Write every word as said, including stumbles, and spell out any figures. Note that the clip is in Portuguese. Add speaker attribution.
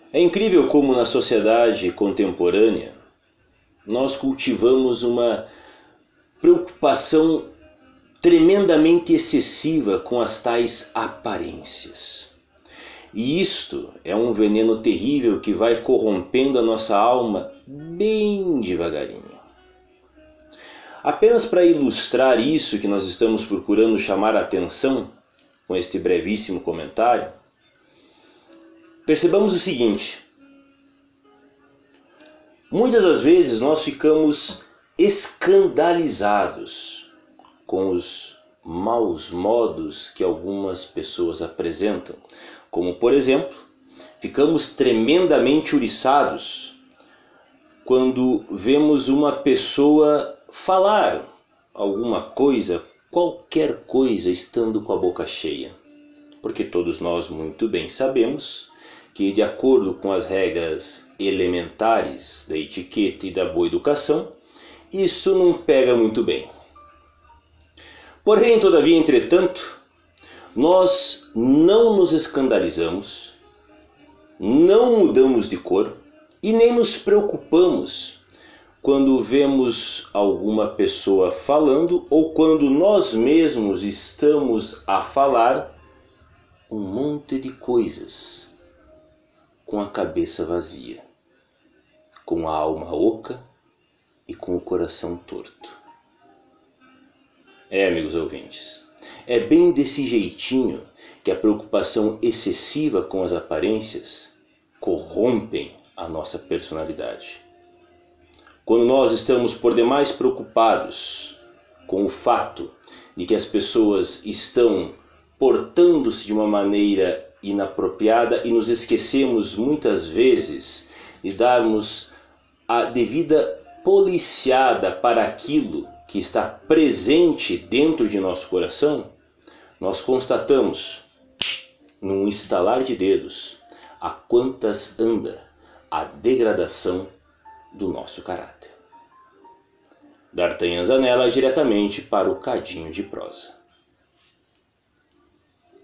Speaker 1: É incrível como na sociedade contemporânea nós cultivamos uma preocupação tremendamente excessiva com as tais aparências. E isto é um veneno terrível que vai corrompendo a nossa alma bem devagarinho. Apenas para ilustrar isso que nós estamos procurando chamar a atenção com este brevíssimo comentário, percebamos o seguinte: muitas das vezes nós ficamos escandalizados com os maus modos que algumas pessoas apresentam, como por exemplo, ficamos tremendamente uriçados quando vemos uma pessoa falar alguma coisa, qualquer coisa, estando com a boca cheia, porque todos nós muito bem sabemos que, de acordo com as regras elementares da etiqueta e da boa educação, isso não pega muito bem. Porém, todavia, entretanto, nós não nos escandalizamos, não mudamos de cor e nem nos preocupamos quando vemos alguma pessoa falando ou quando nós mesmos estamos a falar um monte de coisas com a cabeça vazia, com a alma oca e com o coração torto. É, amigos ouvintes, é bem desse jeitinho que a preocupação excessiva com as aparências corrompem a nossa personalidade. Quando nós estamos por demais preocupados com o fato de que as pessoas estão portando-se de uma maneira inapropriada e nos esquecemos muitas vezes de darmos a devida policiada para aquilo que está presente dentro de nosso coração, nós constatamos, num estalar de dedos, a quantas anda a degradação do nosso caráter. D'Artagnan Zanella, diretamente para o Cadinho de Prosa.